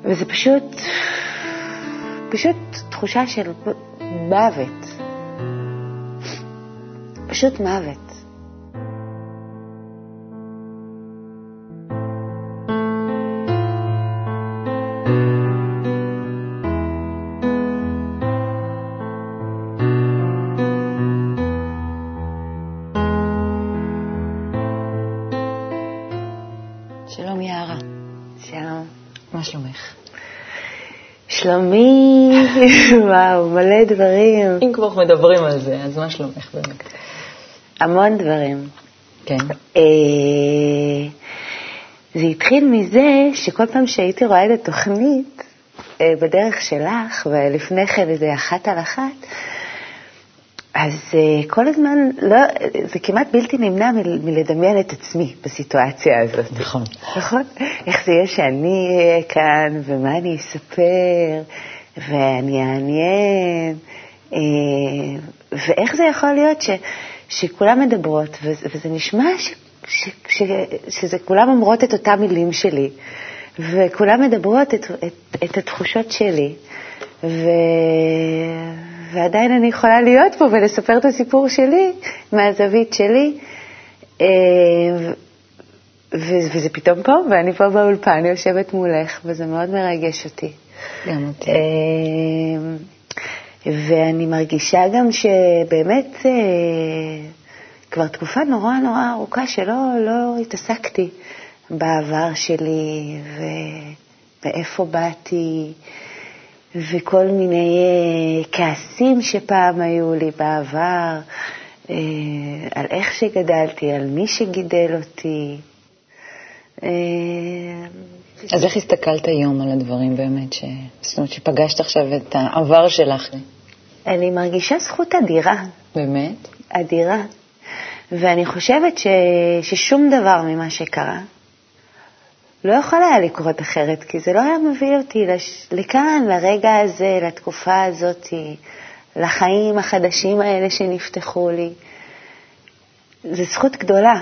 וזה פשוט תחושה של מוות. פשוט מוות. שלום יערה. שלום. מה שלומך? שלומי, וואו, מלא דברים. אם כבר מדברים על זה, אז מה שלומך באמת? המון דברים. כן. זה התחיל מזה שכל פעם שהייתי רואה את התוכנית בדרך שלך, ולפני כן איזה 1 על 1, אז כל הזמן, זה כמעט בלתי נמנע מלדמיין את עצמי בסיטואציה הזאת. נכון. נכון? איך זה יהיה שאני אהיה כאן, ומה אני אספר, ואני אעניין, ואיך זה יכול להיות שכולם מדברות, וזה נשמע שזה כולם אומרות את אותם מילים שלי, וכולם מדברות את התחושות שלי, ועדיין אני יכולה להיות פה ולספר את הסיפור שלי מהזווית שלי, וזה פתאום פה, ואני פה באולפן יושבת מולך, וזה מאוד מרגש אותי. גם אותי. ואני מרגישה גם שבאמת כבר תקופה נורא ארוכה שלא התעסקתי בעבר שלי, ואיפה באתי, וכל מיני כעסים שפעם היו לי בעבר, על איך שגדלתי, על מי שגידל אותי. אז איך הסתכלת היום על הדברים באמת, זאת אומרת שפגשת עכשיו את העבר שלך? אני מרגישה זכות אדירה. באמת? אדירה. ואני חושבת ששום דבר ממה שקרה לא יכול היה לקרות אחרת, כי זה לא היה מביא אותי לכאן, לרגע הזה, לתקופה הזאת, לחיים החדשים האלה שנפתחו לי. זו זכות גדולה.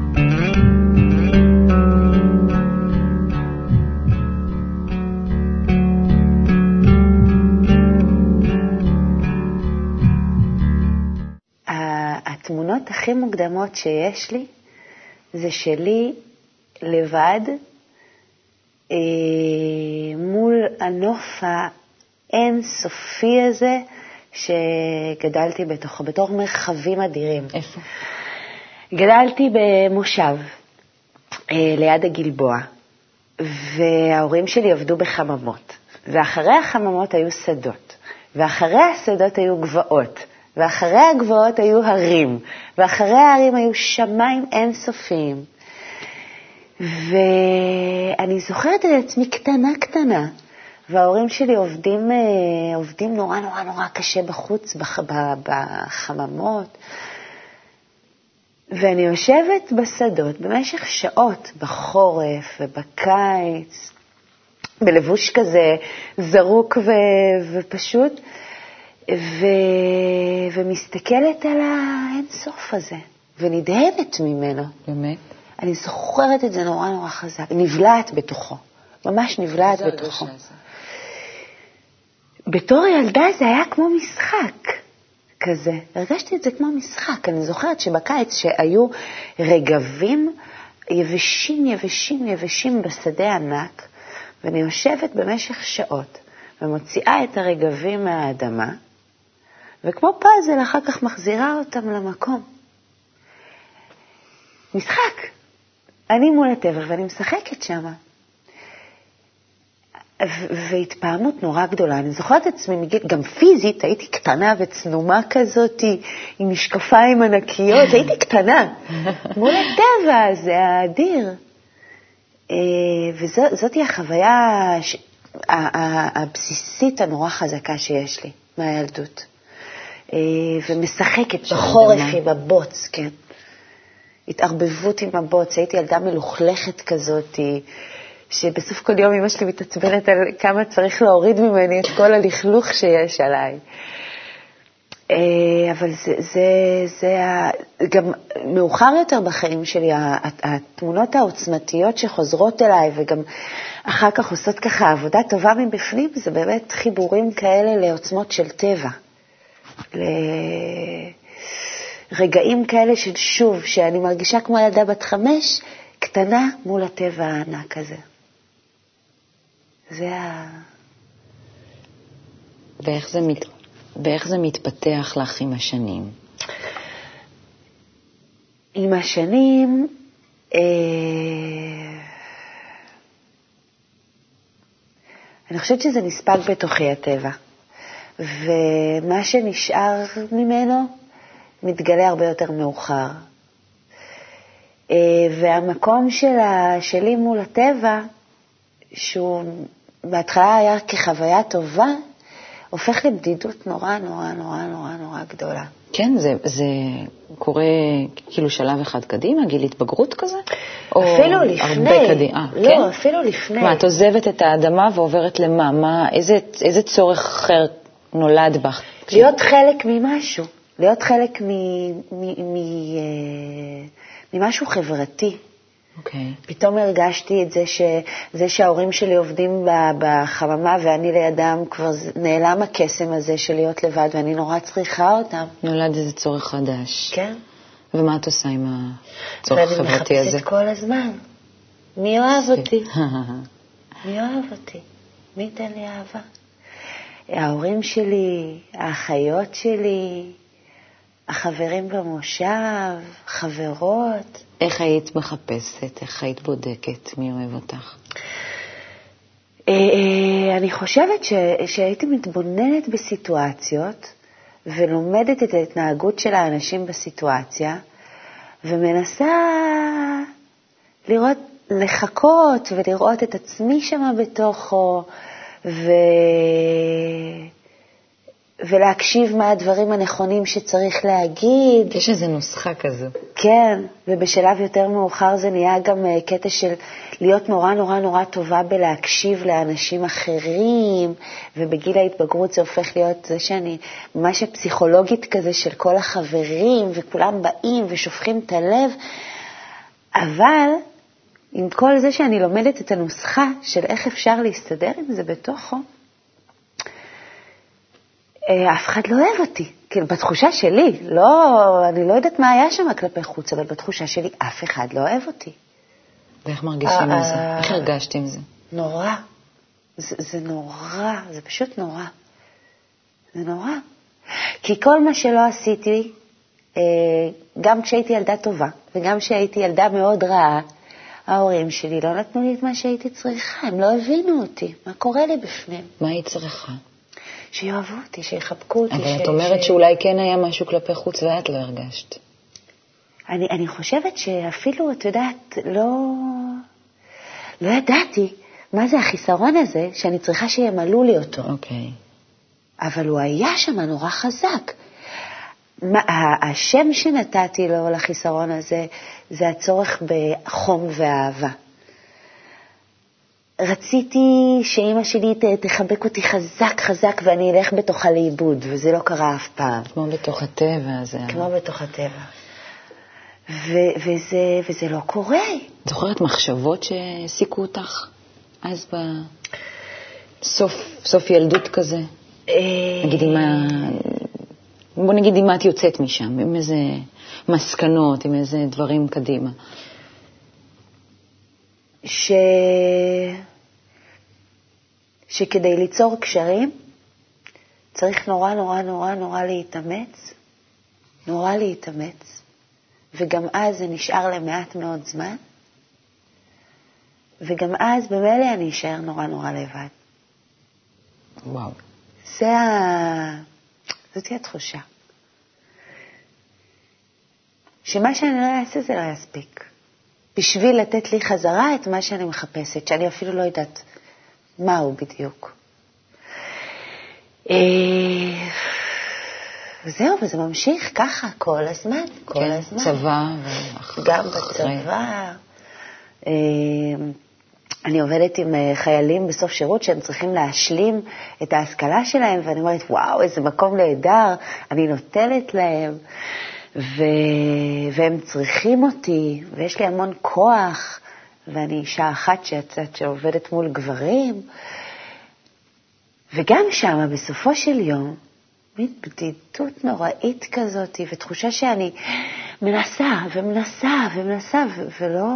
התמונות הכי מוקדמות שיש לי, זה שלי לבד, מול הנוף האינסופי הזה שגדלתי בתוכו, בתוך מרחבים אדירים. איפה? גדלתי במושב, ליד הגלבוע, וההורים שלי עבדו בחממות, ואחרי החממות היו שדות, ואחרי השדות היו גבעות, ואחרי הגבעות היו הרים, ואחרי ההרים היו שמיים אינסופיים. ואני זוכרת את עצמי קטנה, וההורים שלי עובדים נורא קשה בחוץ, בחממות. ואני יושבת בשדות במשך שעות, בחורף ובקיץ, בלבוש כזה זרוק ופשוט, ומסתכלת על האינסוף הזה, ונדהמת ממנו. באמת? אני זוכרת את זה נורא חזק, נבלעת בתוכו, ממש נבלעת בתוכו. בתור ילדה זה היה כמו משחק כזה, הרגשתי את זה כמו משחק. אני זוכרת שבקיץ שהיו רגבים יבשים בשדה ענק, ואני יושבת במשך שעות ומוציאה את הרגבים מהאדמה, וכמו פאזל אחר כך מחזירה אותם למקום. משחק. אני מול הטבע ואני משחקת שם. והתפעמות נורא גדולה. אני זוכרת את עצמי, גם פיזית, הייתי קטנה וצנומה כזאת, עם משקפיים ענקיות, הייתי קטנה. מול הטבע, זה האדיר. וזאת היא החוויה הבסיסית הנורא חזקה שיש לי מהילדות. ומשחקת בחורף עם הבוץ, כן. התערבבות עם הבוץ, הייתי ילדה מלוכלכת כזאת, שבסוף כל יום אמא שלי מתעצבנת על כמה צריך להוריד ממני את כל הלכלוך שיש עליי. אבל זה גם מאוחר יותר בחיים שלי, התמונות העוצמתיות שחוזרות אליי, וגם אחר כך עושות ככה עבודה טובה מבפנים, זה באמת חיבורים כאלה לעוצמות של טבע. לרגעים כאלה של שוב, שאני מרגישה כמו ילדה בת 5, קטנה מול הטבע הענק הזה. זה ואיך זה מתפתח לך עם השנים? עם השנים, אני חושבת שזה נספג בתוכי הטבע, ומה שנשאר ממנו מתגלה הרבה יותר מאוחר. והמקום שלי מול הטבע, שהוא בהתחלה היה כחוויה טובה, הופך לבדידות נורא נורא נורא נורא נורא גדולה. כן, זה קורה כאילו שלב אחד קדימה, גיל התבגרות כזה? אפילו לפני. הרבה קדימה. לא, כן? אפילו לפני. מה, את עוזבת את האדמה ועוברת למה? איזה צורך אחר נולד בך? להיות חלק ממשהו. להיות חלק ממשהו חברתי. אוקיי. פתאום הרגשתי את זה שההורים שלי עובדים בחממה ואני לידם, כבר נעלם הקסם הזה של להיות לבד, ואני נורא צריכה אותם. נולד איזה צורך חדש. כן. ומה את עושה עם הצורך החברתי הזה? ואני מחפשת כל הזמן. מי אוהב אותי? מי אוהב אותי? מי ייתן לי אהבה? ההורים שלי, האחיות שלי, החברים במושב, חברות. איך היית מחפשת? איך היית בודקת? מי אוהב אותך? אני חושבת שהייתי מתבוננת בסיטואציות ולומדת את ההתנהגות של האנשים בסיטואציה, ומנסה לחכות ולראות את עצמי שמה בתוכו, ולהקשיב מה הדברים הנכונים שצריך להגיד. יש איזו נוסחה כזו. כן, ובשלב יותר מאוחר זה נהיה גם קטע של להיות נורא נורא נורא טובה בלהקשיב לאנשים אחרים, ובגיל ההתבגרות זה הופך להיות זה שאני ממש פסיכולוגית כזה של כל החברים, וכולם באים ושופכים את הלב, אבל עם כל זה שאני לומדת את הנוסחה של איך אפשר להסתדר עם זה בתוכו, אף אחד לא אוהב אותי, כאילו בתחושה שלי, אני לא יודעת מה היה שם כלפי חוץ, אבל בתחושה שלי אף אחד לא אוהב אותי. ואיך מרגישים עם זה? איך הרגשת עם זה? נורא, זה נורא, זה פשוט נורא, זה נורא. כי כל מה שלא עשיתי, גם כשהייתי ילדה טובה, וגם כשהייתי ילדה מאוד רעה, ההורים שלי לא נתנו לי את מה שהייתי צריכה, הם לא הבינו אותי, מה קורה לי בפנים. מה היית צריכה? שיאהבו אותי, שיחבקו אותי. אבל את אומרת שאולי כן היה משהו כלפי חוץ ואת לא הרגשת. אני חושבת שאפילו, את יודעת, לא ידעתי מה זה החיסרון הזה שאני צריכה שימלאו לי אותו. אוקיי. אבל הוא היה שם נורא חזק. השם שנתתי לו לחיסרון הזה, זה הצורך בחום ואהבה. רציתי שאמא שלי תחבק אותי חזק חזק ואני אלך בתוכה לאיבוד, וזה לא קרה אף פעם. כמו בתוך הטבע הזה. כמו בתוך הטבע. וזה לא קורה. זוכרת מחשבות שהעסיקו אותך אז בסוף ילדות כזה? בוא נגיד אם את יוצאת משם, עם איזה מסקנות, עם איזה דברים קדימה. שכדי ליצור קשרים צריך נורא נורא נורא נורא להתאמץ, וגם אז זה נשאר למעט מאוד זמן, וגם אז במילא אני אשאר נורא נורא לבד. וואו. זאת היא התחושה. שמה שאני לא אעשה זה לא יספיק. בשביל לתת לי חזרה את מה שאני מחפשת, שאני אפילו לא יודעת מהו בדיוק. וזהו, וזה ממשיך ככה כל הזמן, כל הזמן. צבא גם בצבא. אני עובדת עם חיילים בסוף שירות שהם צריכים להשלים את ההשכלה שלהם, ואני אומרת, וואו, איזה מקום נהדר, אני נותנת להם, והם צריכים אותי, ויש לי המון כוח, ואני אישה אחת שעובדת מול גברים, וגם שם, בסופו של יום, מין בדידות נוראית כזאת, ותחושה שאני מנסה ומנסה ומנסה, ולא...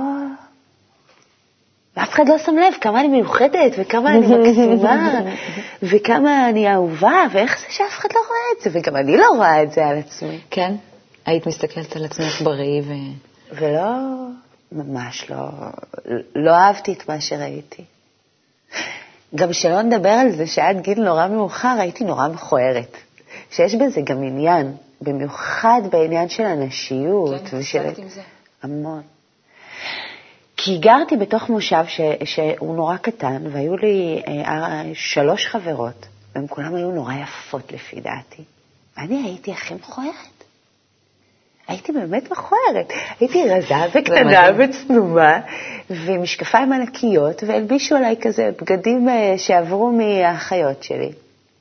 ואף אחד לא שם לב כמה אני מיוחדת, וכמה אני מקסימה, וכמה אני אהובה, ואיך זה שאף אחד לא רואה את זה, וגם אני לא רואה את זה על עצמי. כן? היית מסתכלת על עצמך בריא ולא, ממש לא, לא אהבתי את מה שראיתי. גם שלא נדבר על זה שעד גיל נורא מאוחר הייתי נורא מכוערת. שיש בזה גם עניין, במיוחד בעניין של הנשיות. כן, ושלת עם זה. המון. כי גרתי בתוך מושב שהוא נורא קטן, והיו לי 3 חברות, והן כולם היו נורא יפות לפי דעתי. אני הייתי הכי מכוערת. הייתי באמת מכוערת. הייתי רזה וקטנה וצנומה, ומשקפיים ענקיות, והלבישו עליי כזה בגדים שעברו מהאחיות שלי.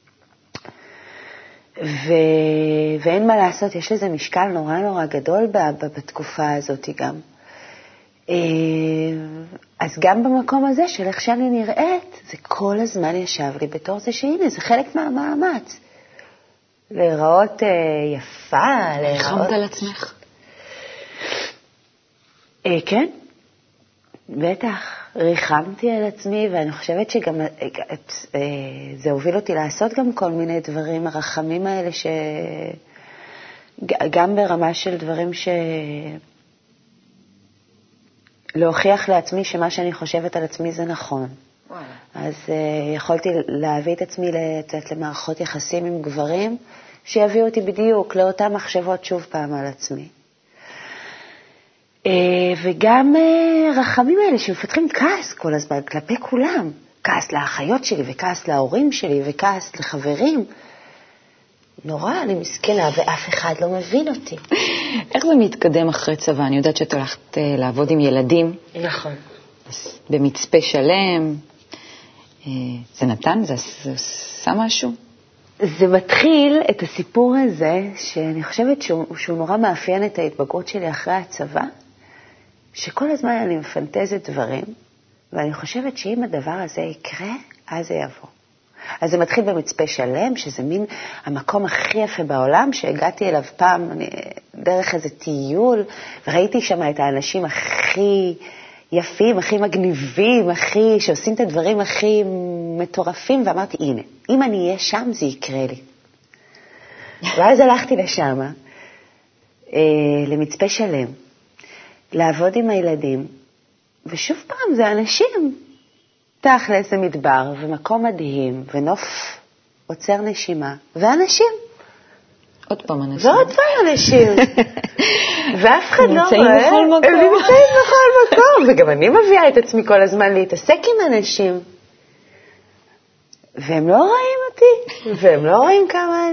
ואין מה לעשות, יש לזה משקל נורא נורא גדול בתקופה הזאת גם. אז גם במקום הזה של איך שאני נראית, זה כל הזמן ישב לי בתור זה שהנה, זה חלק מהמאמץ. להיראות יפה, חמת על עצמך? כן, בטח. ריחמתי על עצמי, ואני חושבת שגם זה הוביל אותי לעשות גם כל מיני דברים, הרחמים האלה, גם ברמה של דברים להוכיח לעצמי שמה שאני חושבת על עצמי זה נכון. אז יכולתי להביא את עצמי לצאת למערכות יחסים עם גברים, שיביאו אותי בדיוק לאותן מחשבות שוב פעם על עצמי. וגם רחמים האלה שמפתחים כעס כל הזמן כלפי כולם. כעס לאחיות שלי וכעס להורים שלי וכעס לחברים. נורא, אני מסכנה ואף אחד לא מבין אותי. איך זה מתקדם אחרי צבא? אני יודעת שאת הולכת לעבוד עם ילדים. נכון. במצפה שלם. זה נתן? זה עשה משהו? זה מתחיל את הסיפור הזה, שאני חושבת שהוא נורא מאפיין את ההתבגרות שלי אחרי הצבא, שכל הזמן אני מפנטזת דברים, ואני חושבת שאם הדבר הזה יקרה, אז זה יבוא. אז זה מתחיל במצפה שלם, שזה מין המקום הכי יפה בעולם, שהגעתי אליו פעם דרך איזה טיול, וראיתי שם את האנשים הכי יפים, הכי מגניבים, שעושים את הדברים הכי מטורפים, ואמרתי, הנה, אם אני אהיה שם, זה יקרה לי. ואז הלכתי לשם, למצפה שלם, לעבוד עם הילדים, ושוב פעם זה אנשים, תכלס זה מדבר, ומקום מדהים, ונוף עוצר נשימה, ואנשים. עוד פעם אנשים. ועוד פעם אנשים. ואף אחד לא רואה. נמצאים בכל מקום. הם נמצאים בכל מקום. וגם אני מביאה את עצמי כל הזמן להתעסק עם אנשים. והם לא רואים אותי. והם לא רואים כמה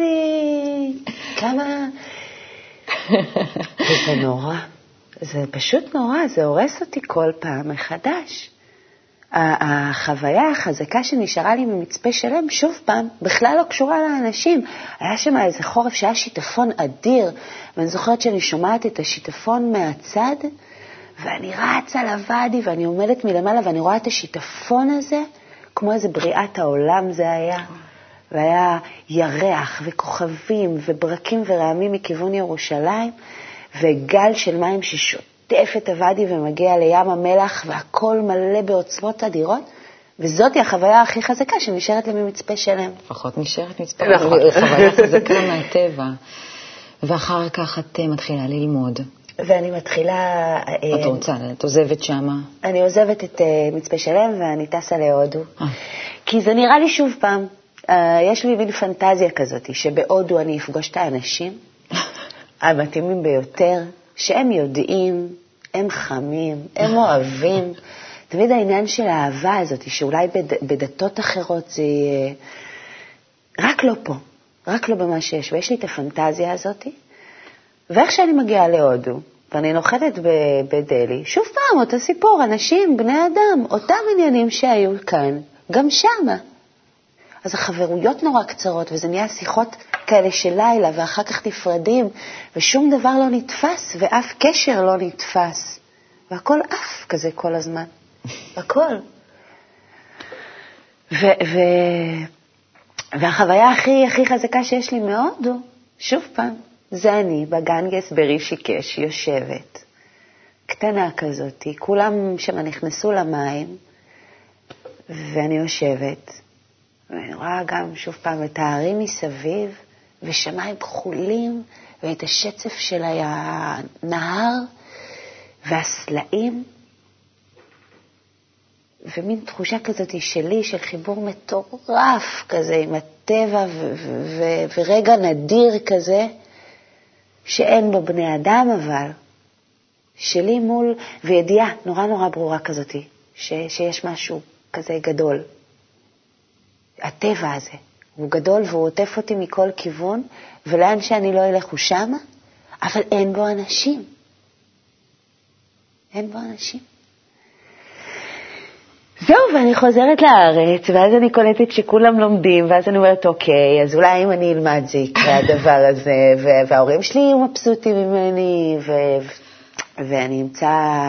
וזה נורא. זה פשוט נורא. זה הורס אותי כל פעם מחדש. החוויה החזקה שנשארה לי ממצפה שלם, שוב פעם, בכלל לא קשורה לאנשים. היה שם איזה חורף שהיה שיטפון אדיר, ואני זוכרת שאני שומעת את השיטפון מהצד, ואני רצה לוואדי, ואני עומדת מלמעלה, ואני רואה את השיטפון הזה, כמו איזה בריאת העולם זה היה. והיה ירח וכוכבים וברקים ורעמים מכיוון ירושלים, וגל של מים ששוטף את הוואדי ומגיע לים המלח, והכל מלא בעוצמות אדירות, וזאת היא החוויה הכי חזקה שנשארת לי ממצפה שלם. לפחות נשארת מצפה. חוויה חזקה מהטבע. ואחר כך את מתחילה ללמוד. ואני מתחילה... את רוצה, את עוזבת שמה? אני עוזבת את מצפה שלם ואני טסה להודו. כי זה נראה לי שוב פעם, יש לי מין פנטזיה כזאת, שבהודו אני אפגוש את האנשים המתאימים ביותר, שהם יודעים, הם חמים, הם אוהבים. תמיד העניין של האהבה הזאת, שאולי בדתות אחרות זה יהיה רק לא פה, רק לא במה שיש. ויש לי את הפנטזיה הזאת, ואיך שאני מגיעה להודו, ואני נוחתת בדלי, שוב פעם, אותו סיפור, אנשים, בני אדם, אותם עניינים שהיו כאן, גם שמה. אז החברויות נורא קצרות, וזה נהיה שיחות כאלה של לילה, ואחר כך נפרדים, ושום דבר לא נתפס, ואף קשר לא נתפס. והכל אף כזה כל הזמן. הכל. והחוויה הכי חזקה שיש לי מהודו, שוב פעם, זה אני בגנגס ברישיקש יושבת, קטנה כזאת, כולם שם נכנסו למים, ואני יושבת, ואני רואה גם שוב פעם את הערים מסביב, ושמיים כחולים, ואת השצף של הנהר, והסלעים, ומין תחושה כזאת שלי של חיבור מטורף כזה עם הטבע ורגע נדיר כזה, שאין בו בני אדם אבל, שלי מול, וידיעה נורא נורא ברורה כזאת, שיש משהו כזה גדול. הטבע הזה, הוא גדול והוא עוטף אותי מכל כיוון, ולאן שאני לא אלך הוא שמה, אבל אין בו אנשים. אין בו אנשים. זהו, ואני חוזרת לארץ, ואז אני קולטת שכולם לומדים, ואז אני אומרת, אוקיי, אז אולי אם אני אלמד זה יקרה הדבר הזה, וההורים שלי יהיו מבסוטים ממני, ואני אמצא,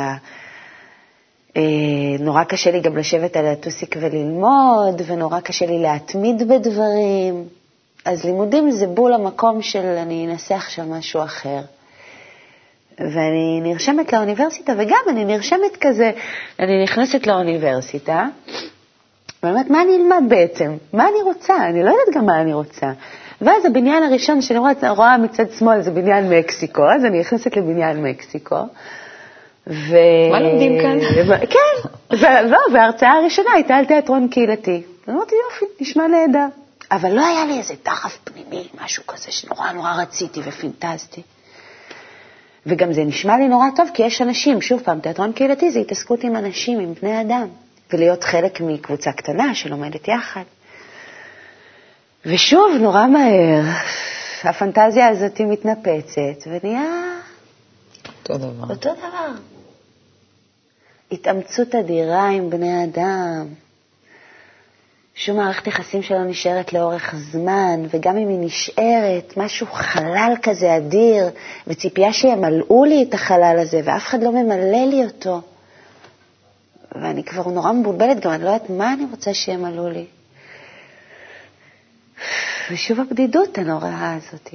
נורא קשה לי גם לשבת על הטוסיק וללמוד, ונורא קשה לי להתמיד בדברים, אז לימודים זה בול המקום של אני אנסה עכשיו משהו אחר. ואני נרשמת לאוניברסיטה, וגם אני נרשמת כזה, אני נכנסת לאוניברסיטה, ואומרת, מה אני אלמד בעצם? מה אני רוצה? אני לא יודעת גם מה אני רוצה. ואז הבניין הראשון שאני רואה מצד שמאל זה בניין מקסיקו, אז אני נכנסת לבניין מקסיקו. מה לומדים כאן? כן, וההרצאה הראשונה הייתה על תיאטרון קהילתי. אמרתי, יופי, נשמע נהדר. אבל לא היה לי איזה דחף פנימי, משהו כזה שנורא נורא רציתי ופינטזתי. וגם זה נשמע לי נורא טוב, כי יש אנשים, שוב פעם, תיאטרון קהילתי זה התעסקות עם אנשים, עם בני אדם, ולהיות חלק מקבוצה קטנה שלומדת יחד. ושוב, נורא מהר, הפנטזיה הזאת מתנפצת, ונהיה אותו דבר. התאמצות אדירה עם בני אדם, שום מערכת יחסים שלא נשארת לאורך זמן, וגם אם היא נשארת, משהו חלל כזה אדיר, וציפייה שימלאו לי את החלל הזה, ואף אחד לא ממלא לי אותו. ואני כבר נורא מבולבלת, גם אני לא יודעת מה אני רוצה שימלאו לי. ושוב הבדידות הנוראה הזאת.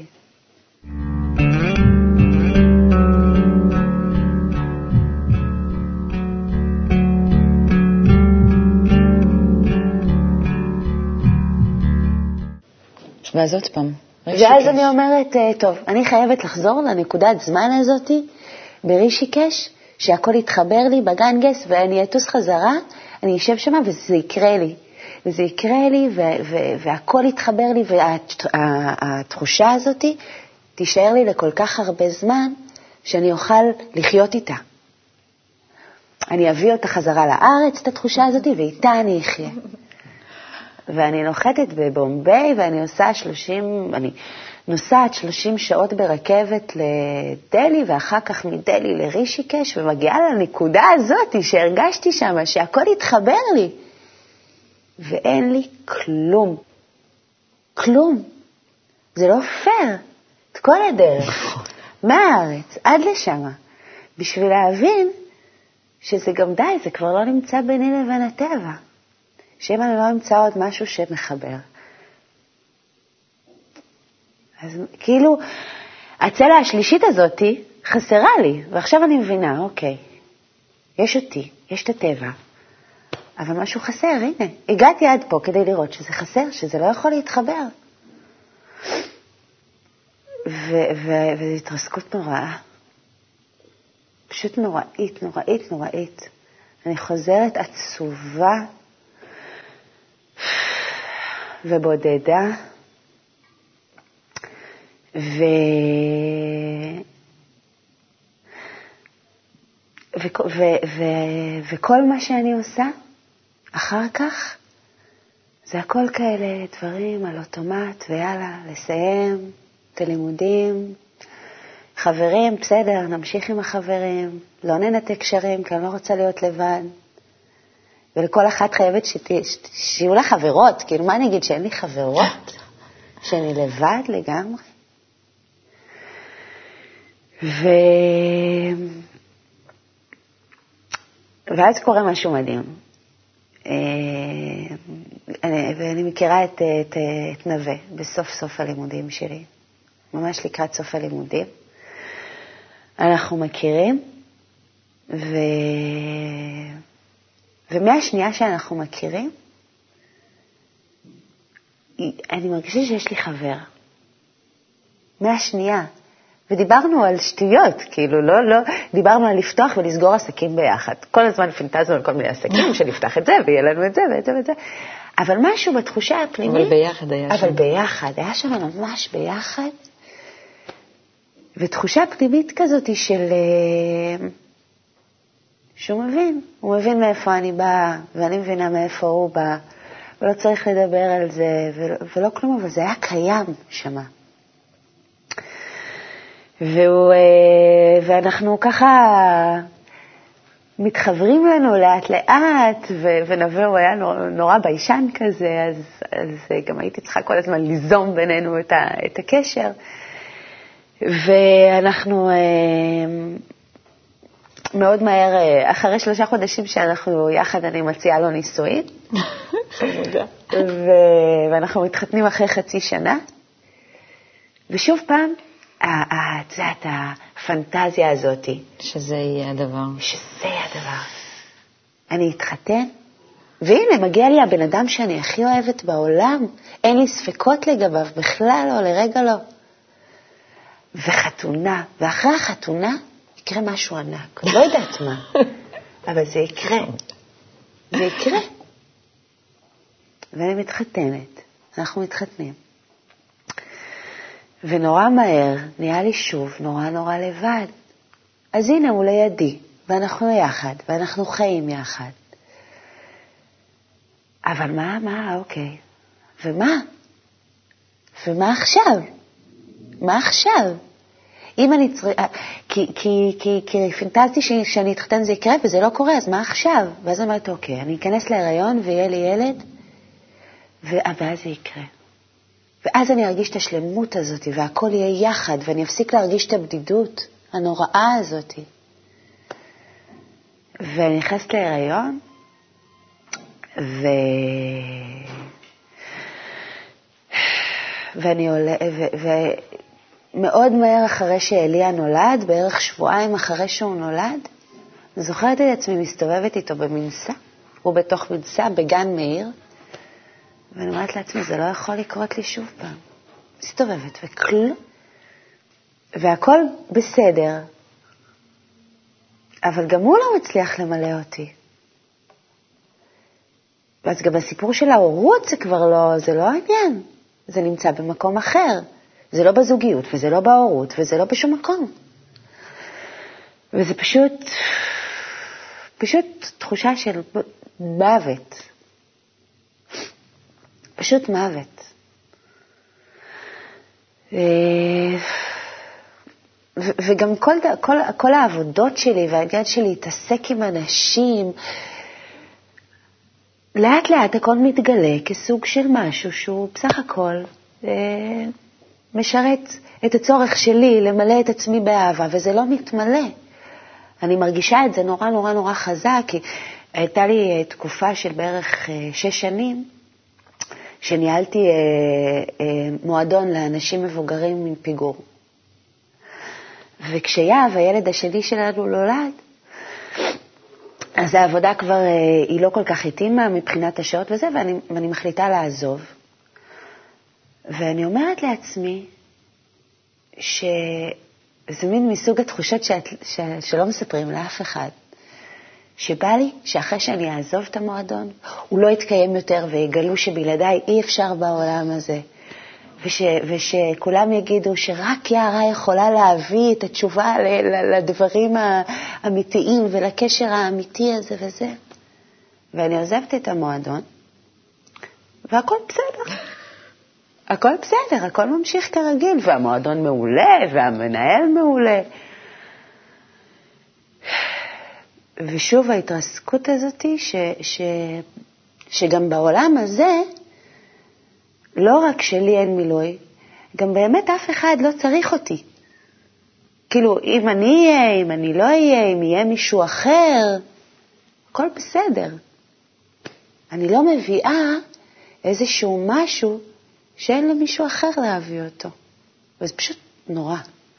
ואז עוד פעם. ואז אני אומרת, טוב, אני חייבת לחזור לנקודת זמן הזאת ברישיקש, שהכל יתחבר לי בגנגס, ואני אטוס חזרה, אני אשב שם וזה יקרה לי. וזה יקרה לי, והכל יתחבר לי, והתחושה הזאת תישאר לי לכל כך הרבה זמן, שאני אוכל לחיות איתה. אני אביא אותה חזרה לארץ, את התחושה הזאת, ואיתה אני אחיה. ואני נוחתת בבומביי, ואני נוסעת 30 שעות ברכבת לדלי, ואחר כך מדלי לרישיקש, ומגיעה לנקודה הזאת שהרגשתי שם, שהכל התחבר לי. ואין לי כלום. כלום. זה לא פייר. את כל הדרך. מהארץ, עד לשם. בשביל להבין שזה גם די, זה כבר לא נמצא ביני לבין הטבע. שאם אני לא אמצא עוד משהו שמחבר. אז כאילו, הצלע השלישית הזאת חסרה לי, ועכשיו אני מבינה, אוקיי, יש אותי, יש את הטבע, אבל משהו חסר, הנה, הגעתי עד פה כדי לראות שזה חסר, שזה לא יכול להתחבר. וזו התרסקות נוראה. פשוט נוראית, נוראית, נוראית. אני חוזרת עצובה, ובודדה, וכל מה שאני עושה אחר כך, זה הכל כאלה דברים על אוטומט, ויאללה, לסיים את הלימודים, חברים, בסדר, נמשיך עם החברים, לא ננתק קשרים, כי אני לא רוצה להיות לבד. ולכל אחת חייבת שיהיו לה חברות, כאילו מה אני אגיד, שאין לי חברות? שאני לבד לגמרי? ואז קורה משהו מדהים. ואני מכירה את נווה בסוף הלימודים שלי, ממש לקראת סוף הלימודים. אנחנו מכירים, ומהשנייה שאנחנו מכירים, אני מרגישה שיש לי חבר. מהשנייה. ודיברנו על שטויות, כאילו, לא, דיברנו על לפתוח ולסגור עסקים ביחד. כל הזמן פינטזנו על כל מיני עסקים, שנפתח את זה, ויהיה לנו את זה, ואת זה, ואת זה. אבל משהו בתחושה הפנימית... אבל ביחד היה שם. אבל ביחד, היה שם ממש ביחד. ותחושה פנימית כזאת של... שהוא מבין. הוא מבין מאיפה אני באה, ואני מבינה מאיפה הוא בא, ולא צריך לדבר על זה, ולא כלום, אבל זה היה קיים שמה. ואנחנו ככה מתחברים לנו לאט לאט, ונווה הוא היה נורא ביישן כזה, אז גם הייתי צריכה כל הזמן ליזום בינינו את הקשר. ואנחנו מאוד מהר, אחרי 3 חודשים שאנחנו יחד, אני מציעה לו נישואין. ואנחנו מתחתנים אחרי חצי שנה. ושוב פעם, את הפנטזיה הזאת. שזה יהיה הדבר. שזה יהיה הדבר. אני אתחתן, והנה, מגיע לי הבן אדם שאני הכי אוהבת בעולם. אין לי ספקות לגביו, בכלל לא, לרגע לא. וחתונה, ואחרי החתונה יקרה משהו ענק. לא יודעת מה, אבל זה יקרה. זה יקרה. ואני מתחתנת, אנחנו מתחתנים. ונורא מהר נהיה לי שוב נורא לבד. אז הנה הוא לידי, ואנחנו יחד, ואנחנו חיים יחד. אבל מה, אוקיי. ומה עכשיו? מה עכשיו? אם אני צריכה, כי פנטזתי שאני אתחתן זה יקרה, וזה לא קורה, אז מה עכשיו? ואז אמרת, אוקיי, אני אכנס להיריון ויהיה לי ילד, ואז זה יקרה. ואז אני ארגיש את השלמות הזאת, והכל יהיה יחד, ואני אפסיק להרגיש את הבדידות הנוראה הזאת. ואני נכנסת להיריון, ואני עולה, ומאוד מהר אחרי שאליה נולד, בערך שבועיים אחרי שהוא נולד, אני זוכרת את עצמי מסתובבת איתו במנסה, הוא בתוך מנסה בגן מאיר, ואני אומרת לעצמי, זה לא יכול לקרות לי שוב פעם. מסתובבת וכלום, והכל בסדר, אבל גם הוא לא מצליח למלא אותי. ואז גם הסיפור של ההורות זה כבר לא, זה לא העניין. זה נמצא במקום אחר. זה לא בזוגיות, וזה לא בהורות, וזה לא בשום מקום. וזה פשוט תחושה של מוות. פשוט מוות. וגם כל העבודות שלי והגד שלי להתעסק עם אנשים, לאט לאט הכל מתגלה כסוג של משהו שהוא בסך הכל משרת את הצורך שלי למלא את עצמי באהבה, וזה לא מתמלא. אני מרגישה את זה נורא חזק, כי הייתה לי תקופה של בערך 6 שנים, שניהלתי מועדון לאנשים מבוגרים עם פיגור. וכשיאב, הילד השני שלנו נולד, אז העבודה כבר היא לא כל כך התאימה מבחינת השעות וזה, ואני מחליטה לעזוב. ואני אומרת לעצמי שזה מין מסוג התחושות שלא מספרים לאף אחד. שבא לי שאחרי שאני אעזוב את המועדון, הוא לא יתקיים יותר ויגלו שבלעדיי אי אפשר בעולם הזה. ושכולם יגידו שרק יערה יכולה להביא את התשובה לדברים האמיתיים ולקשר האמיתי הזה וזה. ואני עוזבת את המועדון, והכל בסדר. הכל בסדר, הכל ממשיך כרגיל, והמועדון מעולה, והמנהל מעולה. ושוב ההתרסקות הזאת שגם בעולם הזה, לא רק שלי אין מילוי, גם באמת אף אחד לא צריך אותי. כאילו, אם אני אהיה, אם אני לא אהיה, אם יהיה מישהו אחר, הכל בסדר. אני לא מביאה איזשהו משהו שאין למישהו אחר להביא אותו. וזה פשוט נורא.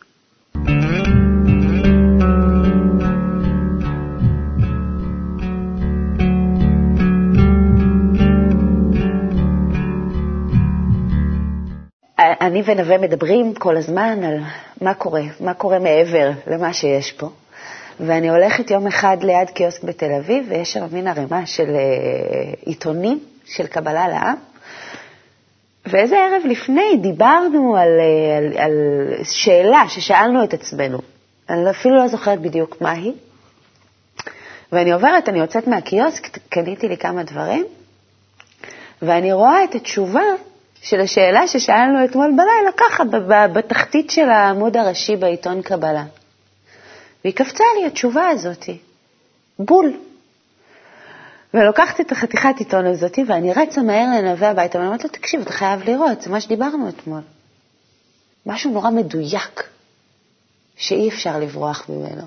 אני ונווה מדברים כל הזמן על מה קורה מעבר למה שיש פה. ואני הולכת יום אחד ליד קיוסק בתל אביב, ויש שם מין ערימה של עיתונים של קבלה לעם. ואיזה ערב לפני דיברנו על שאלה ששאלנו את עצמנו. אני אפילו לא זוכרת בדיוק מה היא. ואני עוברת, אני יוצאת מהקיוסק, קניתי לי כמה דברים, ואני רואה את התשובה של השאלה ששאלנו אתמול בלילה, ככה, בתחתית של העמוד הראשי בעיתון קבלה. והיא קפצה לי התשובה הזאת, בול. ולוקחת את החתיכת עיתון הזאת, ואני רצה מהר לנווה הביתה, ואני אומרת לו, תקשיב, אתה חייב לראות, זה מה שדיברנו אתמול. משהו נורא מדויק, שאי אפשר לברוח ממנו.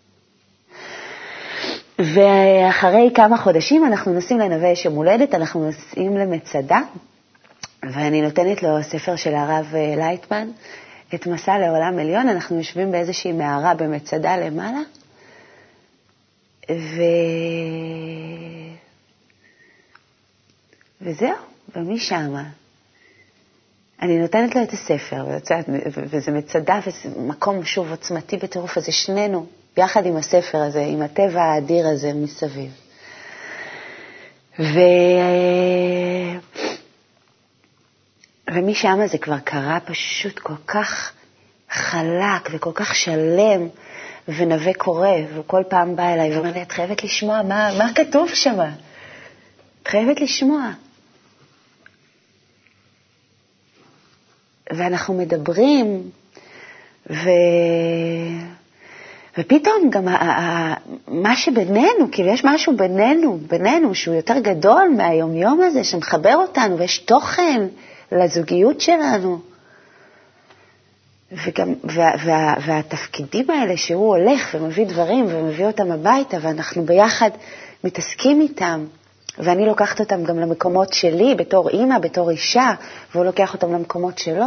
ואחרי כמה חודשים אנחנו נוסעים לנווה יש יום הולדת, אנחנו נוסעים למצדה, ואני נותנת לו ספר של הרב לייטמן, את מסע לעולם עליון. אנחנו יושבים באיזושהי מערה במצדה למעלה, וזהו, ומשם אני נותנת לו את הספר, וזה מצדה, וזה מקום שוב עוצמתי בטירוף, אז שנינו ביחד עם הספר הזה, עם הטבע האדיר הזה מסביב. ומשם זה כבר קרה פשוט כל כך חלק וכל כך שלם, ונווה קורא, וכל פעם בא אליי ואומר לי, את חייבת לשמוע מה כתוב שם. את חייבת לשמוע. ואנחנו מדברים, ופתאום גם מה שבינינו, כאילו יש משהו בינינו שהוא יותר גדול מהיום הזה, שמחבר אותנו, ויש תוכן לזוגיות שלנו. והתפקידים האלה שהוא הולך ומביא דברים ומביא אותם הביתה, ואנחנו ביחד מתעסקים איתם, ואני לוקחת אותם גם למקומות שלי, בתור אימא, בתור אישה, והוא לוקח אותם למקומות שלו.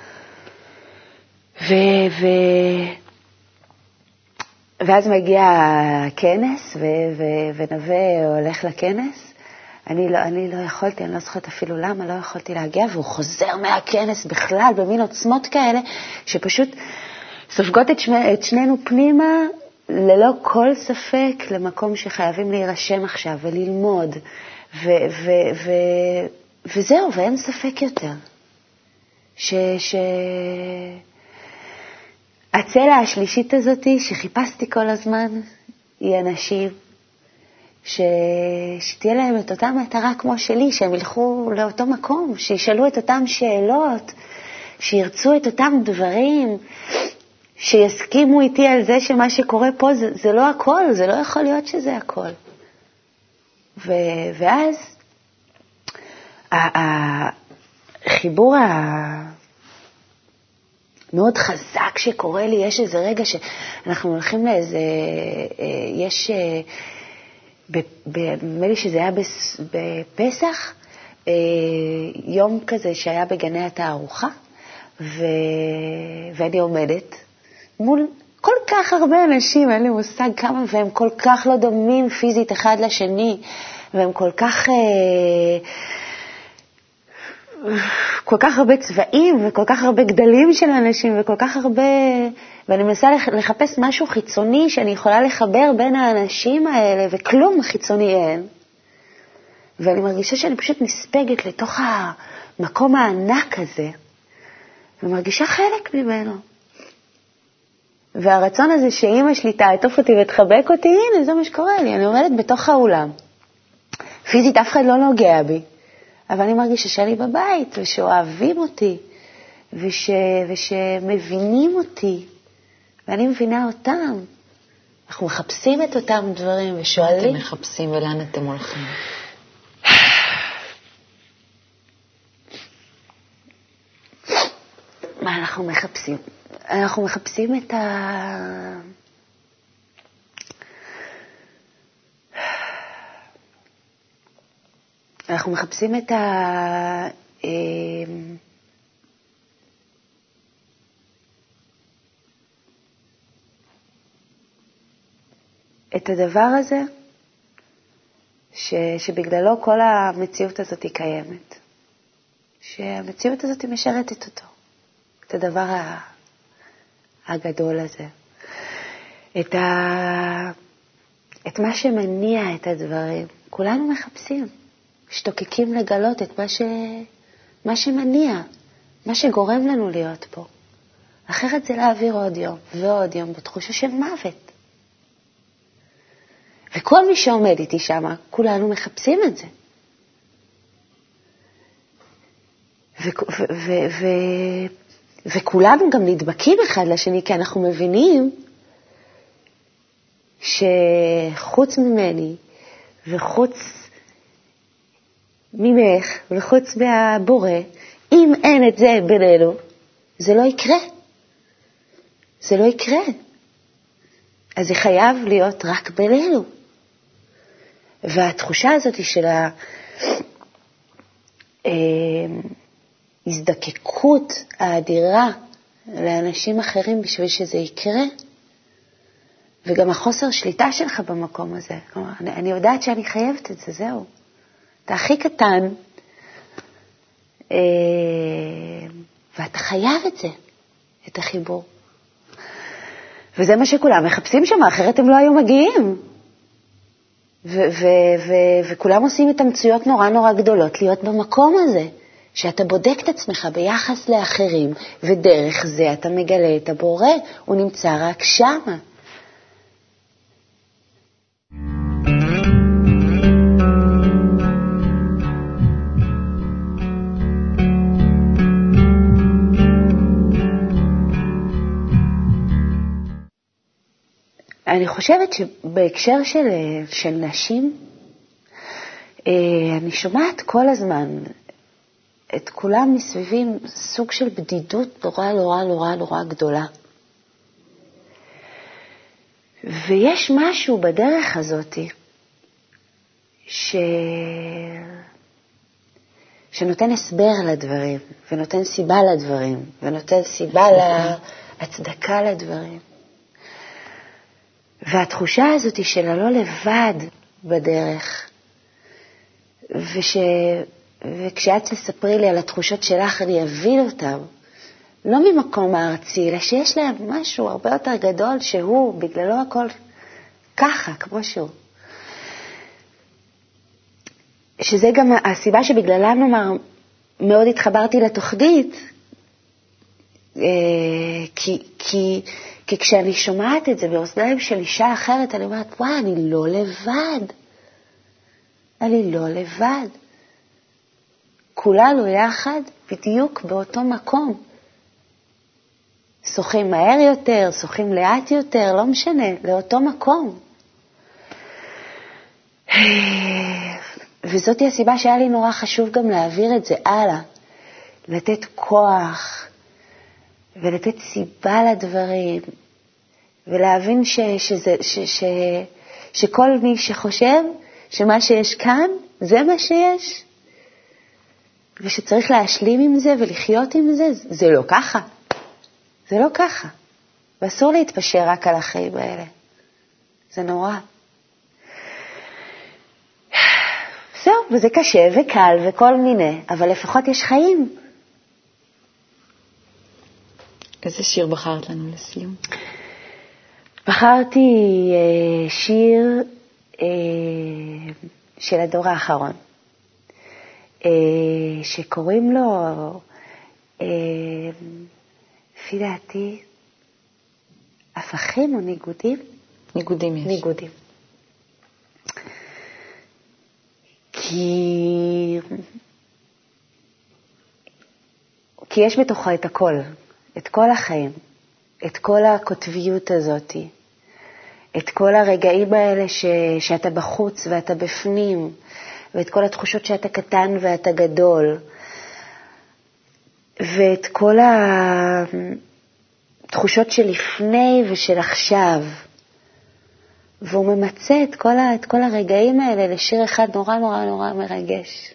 ואז מגיע הכנס, ונווה הולך לכנס. אני לא יכולתי, אני לא זוכרת אפילו למה, לא יכולתי להגיע, והוא חוזר מהכנס בכלל, במין עוצמות כאלה, שפשוט סופגות את שנינו פנימה, ללא כל ספק, למקום שחייבים להירשם עכשיו, וללמוד, וזהו, ואין ספק יותר. הצלע השלישית הזאת, שחיפשתי כל הזמן, היא אנשים, שתהיה להם את אותה מטרה כמו שלי, שהם ילכו לאותו מקום, שישאלו את אותם שאלות, שירצו את אותם דברים, שיסכימו איתי על זה שמה שקורה פה זה לא הכל, זה לא יכול להיות שזה הכל. ואז החיבור המאוד חזק שקורה לי, יש איזה רגע שאנחנו הולכים לאיזה, יש נדמה לי שזה היה בפסח, יום כזה שהיה בגני התערוכה, ואני עומדת מול כל כך הרבה אנשים, אין לי מושג כמה, והם כל כך לא דומים פיזית אחד לשני, והם כל כך הרבה צבעים, וכל כך הרבה גדלים של אנשים, וכל כך הרבה, ואני מנסה לחפש משהו חיצוני שאני יכולה לחבר בין האנשים האלה, וכלום חיצוני אין. ואני מרגישה שאני פשוט מספגת לתוך המקום הענק הזה, ומרגישה חלק ממנו. והרצון הזה שאמא שלי תעטוף אותי ותחבק אותי, הנה, זה מה שקורה לי. אני עומדת בתוך האולם. פיזית אף אחד לא נוגע בי. אבל אני מרגישה שאני בבית, ושאוהבים אותי, ושמבינים אותי, ואני מבינה אותם. אנחנו מחפשים את אותם דברים ושואלים. אתם מחפשים ולאן אתם הולכים? מה אנחנו מחפשים? אנחנו מחפשים את אנחנו מחפשים את הדבר הזה שבגללו כל המציאות הזאת היא קיימת. שהמציאות הזאת היא משרתת אותו. את הדבר הגדול הזה. את מה שמניע את הדברים. כולנו מחפשים. שתוקקים לגלות את מה שמניע. מה שגורם לנו להיות פה. אחרת זה להעביר עוד יום ועוד יום בתחושה של מוות. וכל מי שעומד איתי שם, כולנו מחפשים את זה. וכולנו גם נדבקים אחד לשני, כי אנחנו מבינים שחוץ ממני וחוץ ממך וחוץ מהבורא, אם אין את זה בינינו, זה לא יקרה. זה לא יקרה. אז זה חייב להיות רק בינינו. והתחושה הזאת של ההזדקקות האדירה לאנשים אחרים בשביל שזה יקרה, וגם החוסר שליטה שלך במקום הזה. כלומר, אני יודעת שאני חייבת את זה, זהו. אתה הכי קטן, ואתה חייב את זה, את החיבור. וזה מה שכולם מחפשים שם, אחרת הם לא היו מגיעים. וכולם עושים את המצויות נורא נורא גדולות להיות במקום הזה, שאתה בודק את עצמך ביחס לאחרים, ודרך זה אתה מגלה את הבורא, הוא נמצא רק שם. אני חושבת שבהקשר של נשים, אני שומעת כל הזמן את כולם מסביבים סוג של בדידות נורא נורא נורא נורא גדולה. ויש משהו בדרך הזאת שנותן הסבר לדברים, ונותן סיבה לדברים, ונותן סיבה להצדקה לדברים. והתחושה הזאת של הלא לבד בדרך, וכשאת תספרי לי על התחושות שלך, אני אבין אותם, לא ממקום הארצי, אלא שיש להם משהו הרבה יותר גדול, שהוא בגללו הכל ככה, כמו שהוא. שזה גם הסיבה שבגללה נאמר, מאוד התחברתי לתוכנית, כי כשאני שומעת את זה באוזניים של אישה אחרת, אני אומרת, וואי, אני לא לבד. אני לא לבד. כולנו יחד בדיוק באותו מקום. שוחים מהר יותר, שוחים לאט יותר, לא משנה, לאותו מקום. וזאת היא הסיבה שהיה לי נורא חשוב גם להעביר את זה הלאה. לתת כוח ולתת סיבה לדברים. ולהבין שכל מי שחושב שמה שיש כאן, זה מה שיש. ושצריך להשלים עם זה ולחיות עם זה, זה לא ככה. זה לא ככה. ואסור להתפשר רק על החיים האלה. זה נורא. זהו, וזה קשה וקל וכל מיני, אבל לפחות יש חיים. איזה שיר בחרת לנו לסיום? בחרתי שיר של הדור האחרון, שקוראים לו, לפי דעתי, הפכים או ניגודים? ניגודים יש. ניגודים. כי כי יש בתוכה את הכל, את כל החיים, את כל הכותביות הזאת, את כל הרגעים האלה שאתה בחוץ ואתה בפנים, ואת כל התחושות שאתה קטן ואתה גדול, ואת כל התחושות של לפני ושל עכשיו. והוא ממצא את כל הרגעים האלה לשיר אחד נורא נורא נורא מרגש.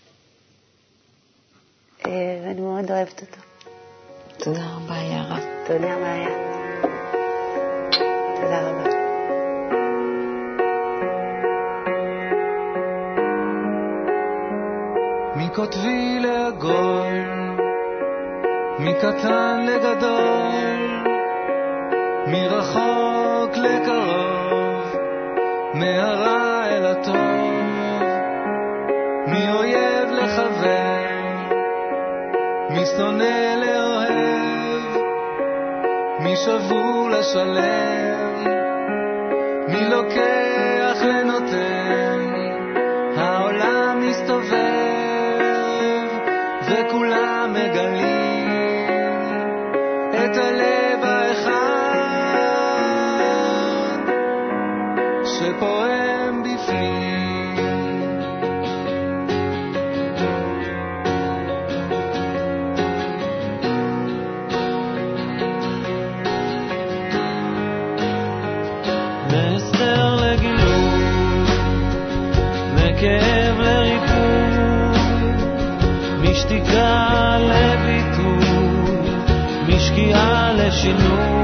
ואני מאוד אוהבת אותו. תודה רבה, יערה. תודה, מאיה. תודה רבה. מכותבי לעגול, מקטן לגדול, מרחוק לקרוב, מהרע אל הטוב, מאויב לחבר, משונא לאוהב, משבור לשלם, מלוקח לנותן, העולם מסתובב וכולם מגלים את הלב האחד שפועם בפנים. מהסתר לגילוי, מכאב לריפוי, משתיקה לביטוי, משקיעה לשינוי,